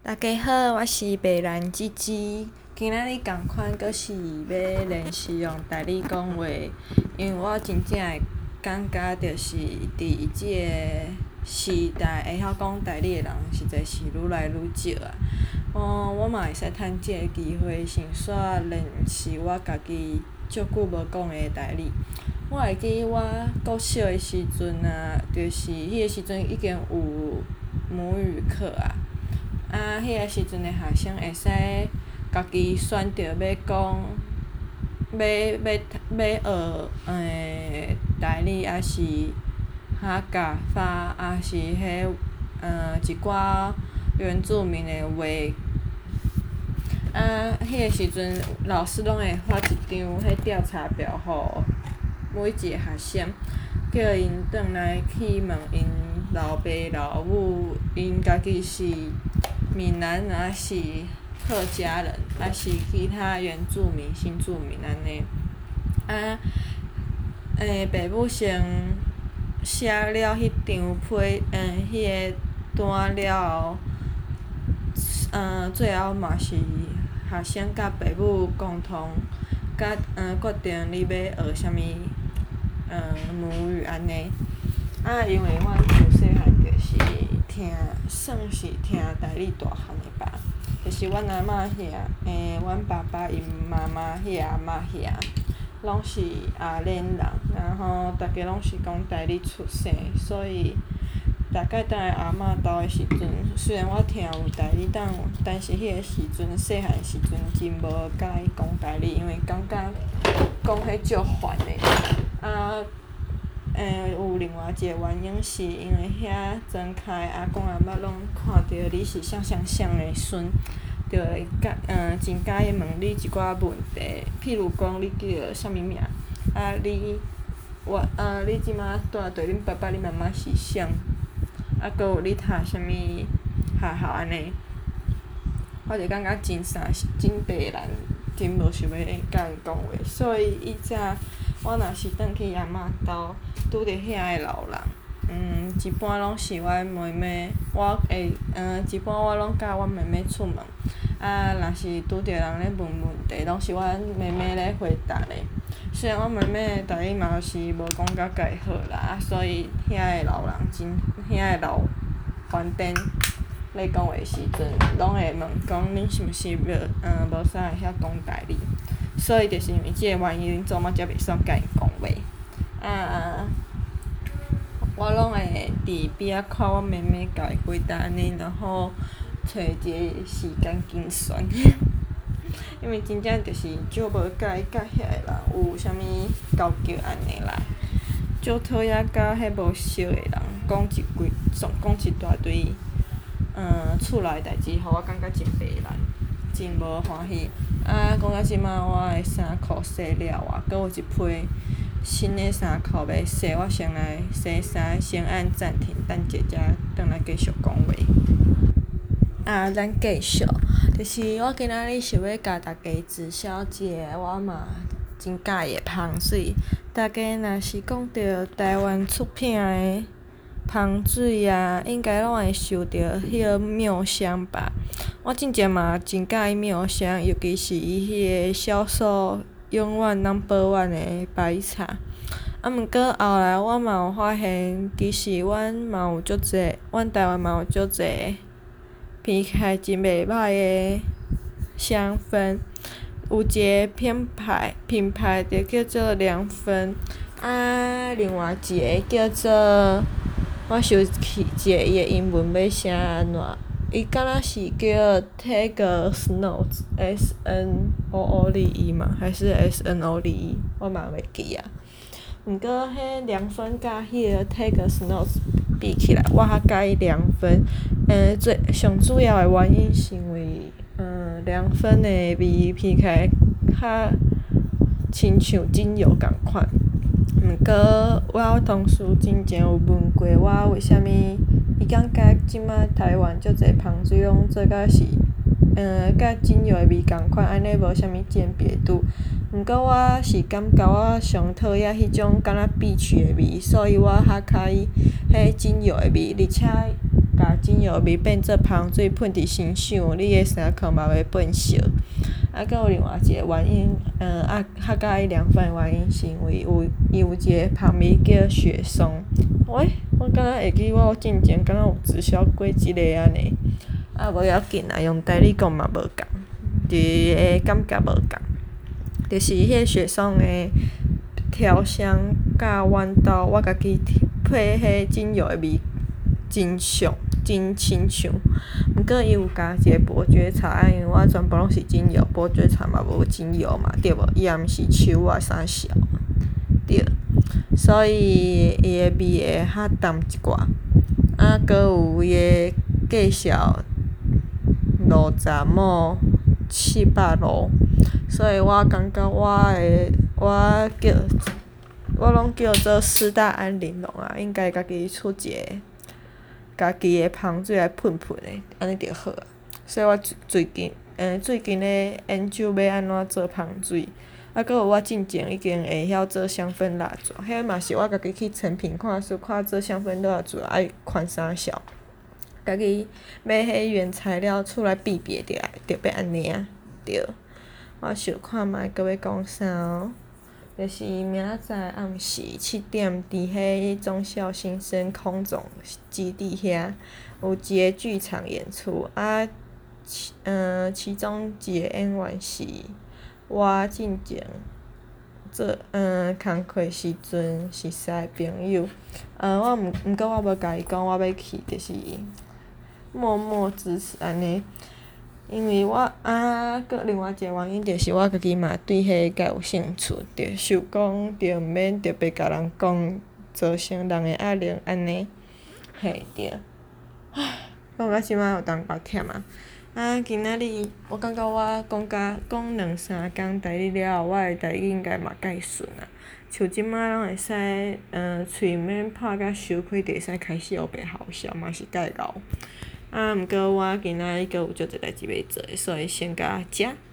大家好，我是白兰芝芝。今仔日共款，阁是要练习用台语讲话，因为我真正会感觉着是伫即个时代会晓讲台语的人实在是愈来愈少啊。我嘛会使趁即个机会，先煞练习我家己足久无讲的台语。我会记我国小的时阵啊，就是迄个时阵已经有母语课啊。迄个时阵的学生会使家己选择要讲，要学台语，还是客家话，还是一寡原住民的话。迄个时阵老师拢会发一张迄调查表，互每一个学生，叫因转来去问因老爸老母，因家己是闽南人还是客家人，还是其他原住民、新住民安尼。爸母先写了迄张迄个单了后，最后嘛是学生甲爸母共同决定你要学啥物母语安尼。因为阮自细汉就是算是听台语大汉的吧，就是阮阿嬷遐，阮爸爸因妈妈遐、阿嬷遐，拢是阿莲人，然后逐家拢是讲台语出生，所以大概等来阿嬷兜的时阵，虽然我听有台语，但是迄个时阵细汉时阵真无介意讲台语，因为感觉讲迄足烦的。有另外一个原因是因为遐庄脚的阿公阿嬷拢看着你是啥的孙，就会真介意问你一寡问题，譬如讲你叫啥物名，你即马住对恁爸爸恁妈妈是啥，阁有你读啥物学校安尼，我就感觉真白烂，真无想要甲因讲话，所以以前我若是转去阿嬷兜，拄着遐的老人，一般拢是阮妹妹，一般我拢甲阮妹妹出门，若是拄着人咧问问题，拢是阮妹妹咧回答咧。虽然阮妹妹的台语嘛是无讲甲介好啦，所以遐的老人遐的老番颠咧讲话时阵，拢会问讲恁是毋是无啥会晓讲台语，所以就是因为即个原因，做嘛才袂爽甲因讲话。我拢会伫边仔看阮妹妹家己回答安尼，然后找一个时间精选。因为真正就是足无介意甲遐个人有啥物交集安尼啦，足讨厌甲迄无熟的人讲一大堆厝内代志，互我感觉真白烂，真无欢喜。讲到即马我的衫裤洗了啊，阁有一批新的衫裤要洗，我先来洗衫，先按暂停，等一下转来继续讲话。咱继续，就是我今仔日想要甲大家知晓一个我嘛真介意的香水。大家若是讲到台湾出品的香水啊，应该拢会受到迄个妙香吧。我之前嘛真介意妙香，尤其是伊迄个销售永远 No.1 的白茶。毋过后来我嘛有发现，其实阮台湾嘛有足侪闻起来真袂歹的香氛，有一个品牌就叫做凉芬，另外一个叫做我想起一个伊的英文要写安怎，伊敢若是叫 Take Snows SNOOLE 嘛，还是 SNOLE， 我嘛袂记啊。毋过迄凉粉甲迄个 Take Snows 比起来，我较介意凉粉。上主要的原因是因为凉粉的味闻起来较亲像精油共款。毋过我同事真前有问过我，为虾米伊感觉即摆台湾足侪香水拢做甲是甲精油的味共款，安尼无啥物鉴别度。毋过我是感觉我上讨厌迄种敢若碧曲的味，所以我较介意迄精油的味，而且甲精油味变做香水喷伫身上，你诶衫裤嘛袂变色。佫有另外一个原因，较佮意凉粉诶原因是因为伊有一个香味叫雪松。喂，我敢若会记我进前敢若有直销过即个安尼，无要紧啦，用台语讲嘛无共，就是个感觉无共。就是迄个雪松诶调香甲阮兜我家己配迄精油诶味真像，真亲像。毋过伊有加一个伯爵茶，因为我全部拢是精油，伯爵茶嘛无精油嘛，对无？伊也毋是树啊啥小，对。所以伊诶味会较淡一寡，佫有伊诶价小50毛700路，所以我感觉我拢叫做4大安玲珑啊，应该家己出一个家己诶香水来喷喷诶，安尼就好啊。所以我最近咧研究要安怎做香水，佫有我进前已经会晓做香氛蜡烛，迄嘛是我家己去成品看做做香氛蜡烛爱款啥小，家己买迄原材料出来比就要安尼啊，对。我想看觅佫要讲啥就是明仔载暗时7点伫迄忠孝新生空总基地遐有一个剧场演出其中一个演员是我进前做工课时阵熟识诶朋友，毋过我无甲伊讲我要去，就是默默支持安尼。因为我佫另外一个原因就是我家己嘛对迄个较有兴趣，着想讲着毋免特别甲人讲，造成人诶压力安尼，嘿对。讲到即摆有淡薄忝啊。今仔日我感觉我讲2-3工台语了后，我诶台语应该嘛介顺啊。像即摆拢会使喙免拍甲收开，就会使开始学白好笑，嘛是介贤。毋过我今仔日佫有足侪代志要做，所以先甲遮。